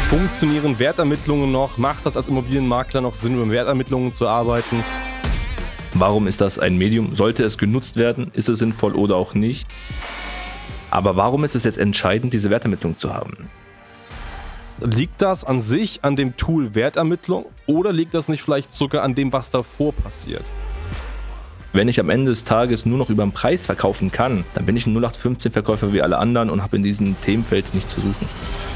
Funktionieren Wertermittlungen noch? Macht das als Immobilienmakler noch Sinn, über Wertermittlungen zu arbeiten? Warum ist das ein Medium? Sollte es genutzt werden? Ist es sinnvoll oder auch nicht? Aber warum ist es jetzt entscheidend, diese Wertermittlung zu haben? Liegt das an sich an dem Tool Wertermittlung oder liegt das nicht vielleicht sogar an dem, was davor passiert? Wenn ich am Ende des Tages nur noch über den Preis verkaufen kann, dann bin ich ein 0815-Verkäufer wie alle anderen und habe in diesem Themenfeld nichts zu suchen.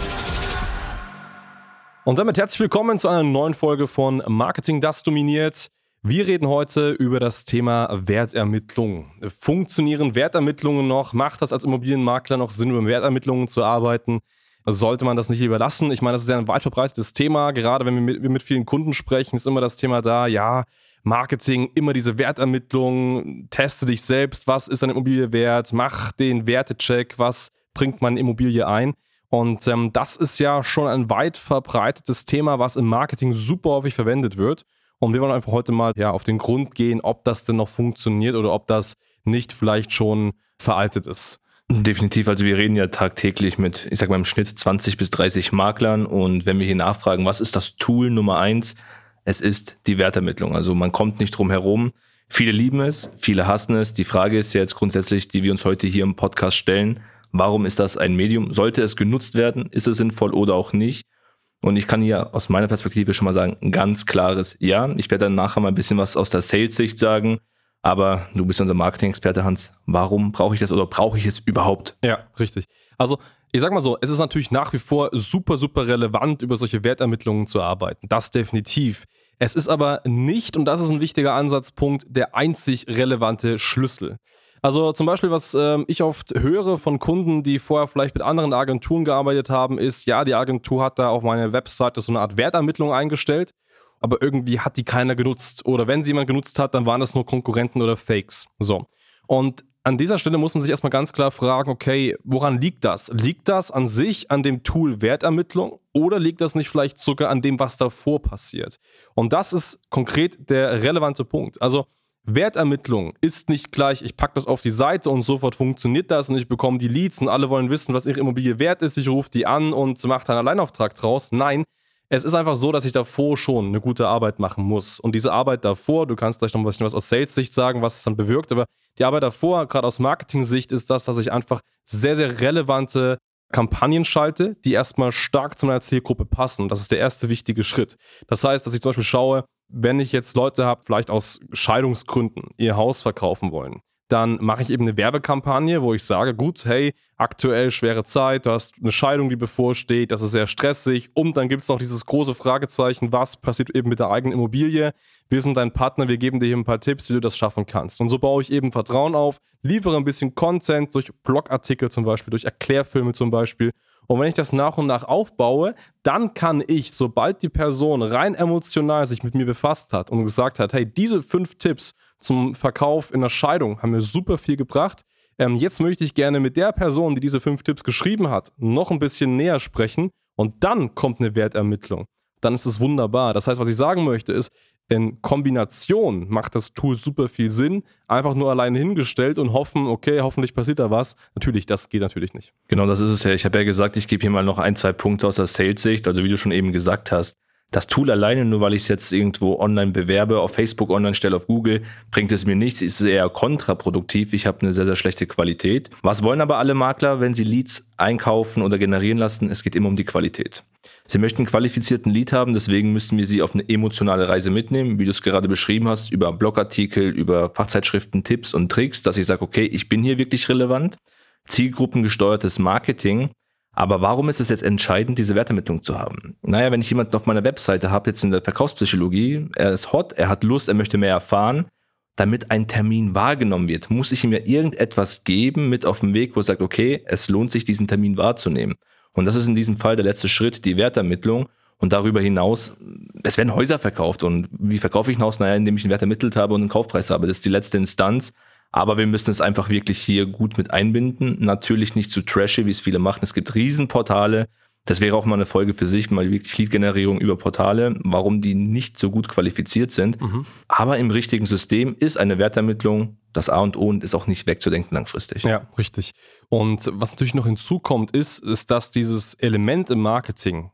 Und damit herzlich willkommen zu einer neuen Folge von Marketing, das dominiert. Wir reden heute über das Thema Wertermittlung. Funktionieren Wertermittlungen noch? Macht das als Immobilienmakler noch Sinn, über Wertermittlungen zu arbeiten? Sollte man das nicht lieber lassen? Ich meine, das ist ja ein weit verbreitetes Thema. Gerade wenn wir mit vielen Kunden sprechen, ist immer das Thema da, ja, Marketing, immer diese Wertermittlung, teste dich selbst, was ist eine Immobilie wert, mach den Wertecheck, was bringt man in Immobilie ein? Und das ist ja schon ein weit verbreitetes Thema, was im Marketing super häufig verwendet wird. Und wir wollen einfach heute mal auf den Grund gehen, ob das denn noch funktioniert oder ob das nicht vielleicht schon veraltet ist. Definitiv, also wir reden ja tagtäglich mit, ich sag mal im Schnitt 20 bis 30 Maklern und wenn wir hier nachfragen, was ist das Tool Nummer 1? Es ist die Wertermittlung, also man kommt nicht drum herum. Viele lieben es, viele hassen es. Die Frage ist jetzt grundsätzlich, die wir uns heute hier im Podcast stellen, warum ist das ein Medium? Sollte es genutzt werden? Ist es sinnvoll oder auch nicht? Und ich kann hier aus meiner Perspektive schon mal sagen, ein ganz klares Ja. Ich werde dann nachher mal ein bisschen was aus der Sales-Sicht sagen. Aber du bist unser Marketing-Experte, Hans. Warum brauche ich das oder brauche ich es überhaupt? Ja, richtig. Also ich sag mal so, es ist natürlich nach wie vor super, super relevant, über solche Wertermittlungen zu arbeiten. Das definitiv. Es ist aber nicht, und das ist ein wichtiger Ansatzpunkt, der einzig relevante Schlüssel. Also zum Beispiel, was ich oft höre von Kunden, die vorher vielleicht mit anderen Agenturen gearbeitet haben, ist, ja, die Agentur hat da auf meine Webseite so eine Art Wertermittlung eingestellt, aber irgendwie hat die keiner genutzt. Oder wenn sie jemand genutzt hat, dann waren das nur Konkurrenten oder Fakes. So. Und an dieser Stelle muss man sich erstmal ganz klar fragen, okay, woran liegt das? Liegt das an sich an dem Tool Wertermittlung oder liegt das nicht vielleicht sogar an dem, was davor passiert? Und das ist konkret der relevante Punkt. Also Wertermittlung ist nicht gleich, ich packe das auf die Seite und sofort funktioniert das und ich bekomme die Leads und alle wollen wissen, was ihre Immobilie wert ist. Ich rufe die an und mache einen Alleinauftrag draus. Nein, es ist einfach so, dass ich davor schon eine gute Arbeit machen muss. Und diese Arbeit davor, du kannst gleich noch was aus Sales-Sicht sagen, was es dann bewirkt, aber die Arbeit davor, gerade aus Marketing-Sicht, ist das, dass ich einfach sehr, sehr relevante Kampagnen schalte, die erstmal stark zu meiner Zielgruppe passen. Und das ist der erste wichtige Schritt. Das heißt, dass ich zum Beispiel schaue, wenn ich jetzt Leute habe, vielleicht aus Scheidungsgründen ihr Haus verkaufen wollen, dann mache ich eben eine Werbekampagne, wo ich sage, gut, hey, aktuell schwere Zeit, du hast eine Scheidung, die bevorsteht, das ist sehr stressig und dann gibt es noch dieses große Fragezeichen, was passiert eben mit der eigenen Immobilie? Wir sind dein Partner, wir geben dir hier ein paar Tipps, wie du das schaffen kannst. Und so baue ich eben Vertrauen auf, liefere ein bisschen Content durch Blogartikel zum Beispiel, durch Erklärfilme zum Beispiel. Und wenn ich das nach und nach aufbaue, dann kann ich, sobald die Person rein emotional sich mit mir befasst hat und gesagt hat, hey, diese 5 Tipps zum Verkauf in der Scheidung haben mir super viel gebracht. Jetzt möchte ich gerne mit der Person, die diese 5 Tipps geschrieben hat, noch ein bisschen näher sprechen und dann kommt eine Wertermittlung. Dann ist es wunderbar. Das heißt, was ich sagen möchte ist, in Kombination macht das Tool super viel Sinn. Einfach nur alleine hingestellt und hoffen, okay, hoffentlich passiert da was. Natürlich, das geht natürlich nicht. Genau, das ist es ja. Ich habe ja gesagt, ich gebe hier mal noch 1-2 Punkte aus der Sales-Sicht. Also wie du schon eben gesagt hast, das Tool alleine, nur weil ich es jetzt irgendwo online bewerbe, auf Facebook online stelle, auf Google, bringt es mir nichts. Es ist eher kontraproduktiv. Ich habe eine sehr, sehr schlechte Qualität. Was wollen aber alle Makler, wenn sie Leads einkaufen oder generieren lassen? Es geht immer um die Qualität. Sie möchten einen qualifizierten Lead haben, deswegen müssen wir sie auf eine emotionale Reise mitnehmen, wie du es gerade beschrieben hast, über Blogartikel, über Fachzeitschriften, Tipps und Tricks, dass ich sage, okay, ich bin hier wirklich relevant. Zielgruppengesteuertes Marketing. Aber warum ist es jetzt entscheidend, diese Wertermittlung zu haben? Naja, wenn ich jemanden auf meiner Webseite habe, jetzt in der Verkaufspsychologie, er ist hot, er hat Lust, er möchte mehr erfahren, damit ein Termin wahrgenommen wird, muss ich ihm ja irgendetwas geben mit auf dem Weg, wo er sagt, okay, es lohnt sich, diesen Termin wahrzunehmen. Und das ist in diesem Fall der letzte Schritt, die Wertermittlung. Und darüber hinaus, es werden Häuser verkauft. Und wie verkaufe ich ein Haus? Naja, indem ich einen Wert ermittelt habe und einen Kaufpreis habe. Das ist die letzte Instanz. Aber wir müssen es einfach wirklich hier gut mit einbinden. Natürlich nicht zu trashy, wie es viele machen. Es gibt Riesenportale. Das wäre auch mal eine Folge für sich, mal wirklich Lead-Generierung über Portale, warum die nicht so gut qualifiziert sind. Aber im richtigen System ist eine Wertermittlung das A und O und ist auch nicht wegzudenken langfristig. Ja, richtig. Und was natürlich noch hinzukommt, ist, dass dieses Element im Marketing,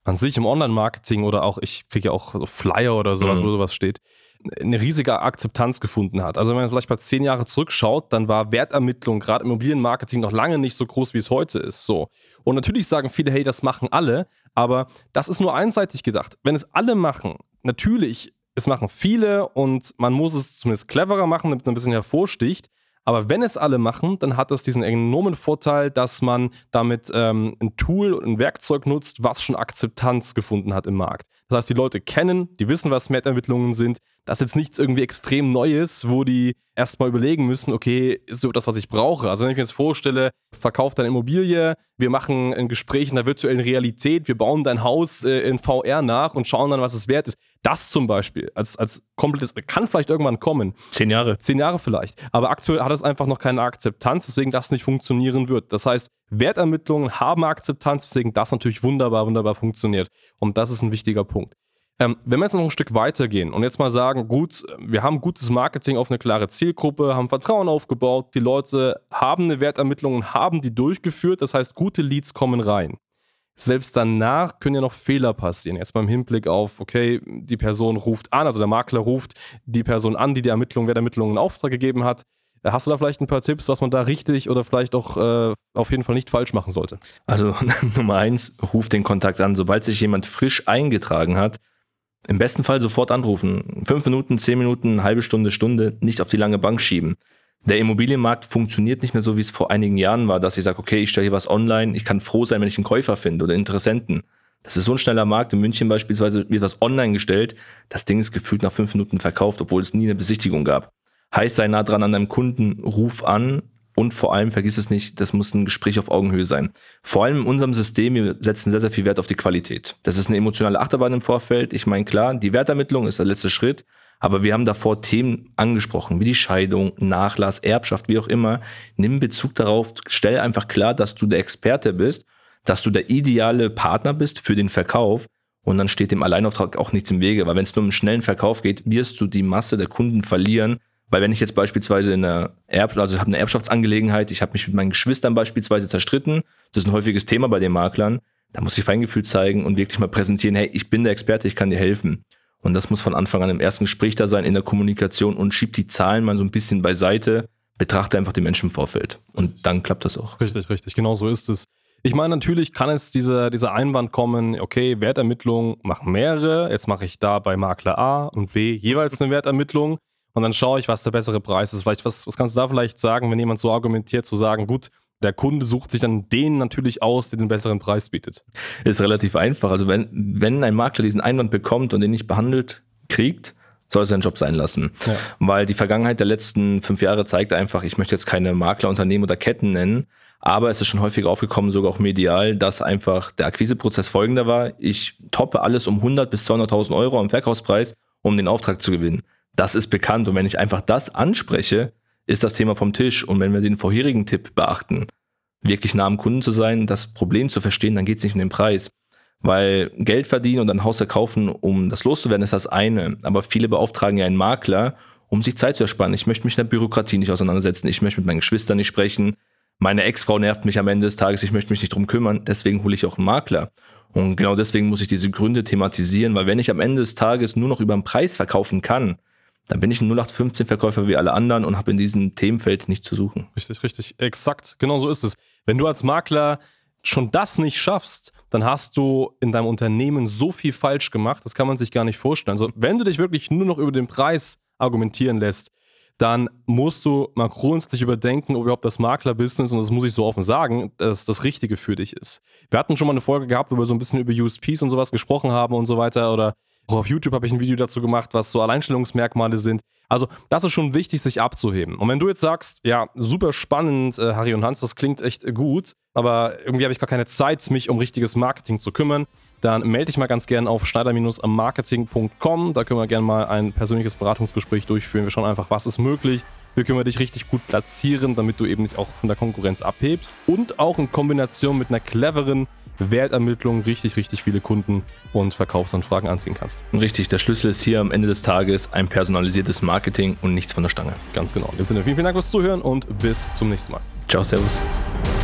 an sich im Online-Marketing oder auch, ich kriege ja auch so Flyer oder sowas, wo sowas steht, eine riesige Akzeptanz gefunden hat. Also wenn man vielleicht mal 10 Jahre zurückschaut, dann war Wertermittlung gerade im Immobilienmarketing noch lange nicht so groß, wie es heute ist. So. Und natürlich sagen viele, hey, das machen alle, aber das ist nur einseitig gedacht. Wenn es alle machen, natürlich, es machen viele und man muss es zumindest cleverer machen, damit man ein bisschen hervorsticht. Aber wenn es alle machen, dann hat das diesen enormen Vorteil, dass man damit ein Tool und ein Werkzeug nutzt, was schon Akzeptanz gefunden hat im Markt. Das heißt, die Leute kennen, die wissen, was Wertermittlungen sind. Das ist jetzt nichts irgendwie extrem Neues, wo die erstmal überlegen müssen, okay, ist so das, was ich brauche? Also wenn ich mir jetzt vorstelle, verkauf deine Immobilie, wir machen ein Gespräch in der virtuellen Realität, wir bauen dein Haus in VR nach und schauen dann, was es wert ist. Das zum Beispiel als komplettes, kann vielleicht irgendwann kommen. 10 Jahre. 10 Jahre vielleicht. Aber aktuell hat es einfach noch keine Akzeptanz, deswegen das nicht funktionieren wird. Das heißt, Wertermittlungen haben Akzeptanz, deswegen das natürlich wunderbar funktioniert. Und das ist ein wichtiger Punkt. Wenn wir jetzt noch ein Stück weitergehen und jetzt mal sagen, gut, wir haben gutes Marketing auf eine klare Zielgruppe, haben Vertrauen aufgebaut, die Leute haben eine Wertermittlung und haben die durchgeführt, das heißt, gute Leads kommen rein. Selbst danach können ja noch Fehler passieren. Jetzt mal im Hinblick auf, okay, die Person ruft an, also der Makler ruft die Person an, die Wertermittlungen in Auftrag gegeben hat. Hast du da vielleicht ein paar Tipps, was man da richtig oder vielleicht auch auf jeden Fall nicht falsch machen sollte? Also Nummer 1, ruf den Kontakt an. Sobald sich jemand frisch eingetragen hat, im besten Fall sofort anrufen. 5 Minuten, 10 Minuten, eine halbe Stunde, nicht auf die lange Bank schieben. Der Immobilienmarkt funktioniert nicht mehr so, wie es vor einigen Jahren war, dass ich sage, okay, ich stelle hier was online, ich kann froh sein, wenn ich einen Käufer finde oder Interessenten. Das ist so ein schneller Markt. In München beispielsweise wird was online gestellt. Das Ding ist gefühlt nach 5 Minuten verkauft, obwohl es nie eine Besichtigung gab. Heißt, sei nah dran an deinem Kunden, ruf an und vor allem, vergiss es nicht, das muss ein Gespräch auf Augenhöhe sein. Vor allem in unserem System, wir setzen sehr, sehr viel Wert auf die Qualität. Das ist eine emotionale Achterbahn im Vorfeld. Ich meine, klar, die Wertermittlung ist der letzte Schritt, aber wir haben davor Themen angesprochen, wie die Scheidung, Nachlass, Erbschaft, wie auch immer. Nimm Bezug darauf, stell einfach klar, dass du der Experte bist, dass du der ideale Partner bist für den Verkauf und dann steht dem Alleinauftrag auch nichts im Wege, weil wenn es nur um einen schnellen Verkauf geht, wirst du die Masse der Kunden verlieren. Weil wenn ich jetzt beispielsweise ich habe eine Erbschaftsangelegenheit, ich habe mich mit meinen Geschwistern beispielsweise zerstritten, das ist ein häufiges Thema bei den Maklern, da muss ich Feingefühl zeigen und wirklich mal präsentieren, hey, ich bin der Experte, ich kann dir helfen. Und das muss von Anfang an im ersten Gespräch da sein, in der Kommunikation und schieb die Zahlen mal so ein bisschen beiseite, betrachte einfach den Menschen im Vorfeld. Und dann klappt das auch. Richtig, genau so ist es. Ich meine, natürlich kann jetzt dieser Einwand kommen, okay, Wertermittlung machen mehrere, jetzt mache ich da bei Makler A und B jeweils eine Wertermittlung. Und dann schaue ich, was der bessere Preis ist. Vielleicht, was kannst du da vielleicht sagen, wenn jemand so argumentiert, zu sagen, gut, der Kunde sucht sich dann den natürlich aus, der den besseren Preis bietet? Ist relativ einfach. Also wenn ein Makler diesen Einwand bekommt und den nicht behandelt kriegt, soll er seinen Job sein lassen. Ja. Weil die Vergangenheit der letzten 5 Jahre zeigt einfach, ich möchte jetzt keine Maklerunternehmen oder Ketten nennen, aber es ist schon häufig aufgekommen, sogar auch medial, dass einfach der Akquiseprozess folgender war. Ich toppe alles um 100.000 bis 200.000 Euro am Verkaufspreis, um den Auftrag zu gewinnen. Das ist bekannt und wenn ich einfach das anspreche, ist das Thema vom Tisch. Und wenn wir den vorherigen Tipp beachten, wirklich nah am Kunden zu sein, das Problem zu verstehen, dann geht es nicht um den Preis. Weil Geld verdienen und ein Haus verkaufen, um das loszuwerden, ist das eine. Aber viele beauftragen ja einen Makler, um sich Zeit zu ersparen. Ich möchte mich mit der Bürokratie nicht auseinandersetzen. Ich möchte mit meinen Geschwistern nicht sprechen. Meine Ex-Frau nervt mich am Ende des Tages. Ich möchte mich nicht drum kümmern. Deswegen hole ich auch einen Makler. Und genau deswegen muss ich diese Gründe thematisieren. Weil wenn ich am Ende des Tages nur noch über den Preis verkaufen kann, dann bin ich ein 0815-Verkäufer wie alle anderen und habe in diesem Themenfeld nichts zu suchen. Richtig. Exakt. Genau so ist es. Wenn du als Makler schon das nicht schaffst, dann hast du in deinem Unternehmen so viel falsch gemacht, das kann man sich gar nicht vorstellen. Also wenn du dich wirklich nur noch über den Preis argumentieren lässt, dann musst du mal grundsätzlich überdenken, ob überhaupt das Maklerbusiness, und das muss ich so offen sagen, dass das Richtige für dich ist. Wir hatten schon mal eine Folge gehabt, wo wir so ein bisschen über USPs und sowas gesprochen haben und so weiter, oder auch auf YouTube habe ich ein Video dazu gemacht, was so Alleinstellungsmerkmale sind. Also das ist schon wichtig, sich abzuheben. Und wenn du jetzt sagst, ja, super spannend, Harry und Hans, das klingt echt gut, aber irgendwie habe ich gar keine Zeit, mich um richtiges Marketing zu kümmern, dann melde dich mal ganz gern auf schneider-marketing.com. Da können wir gerne mal ein persönliches Beratungsgespräch durchführen. Wir schauen einfach, was ist möglich. Wie können wir dich richtig gut platzieren, damit du eben nicht auch von der Konkurrenz abhebst und auch in Kombination mit einer cleveren Wertermittlung richtig viele Kunden und Verkaufsanfragen anziehen kannst. Richtig, der Schlüssel ist hier am Ende des Tages ein personalisiertes Marketing und nichts von der Stange. Ganz genau. In dem Sinne, vielen Dank fürs Zuhören und bis zum nächsten Mal. Ciao, servus.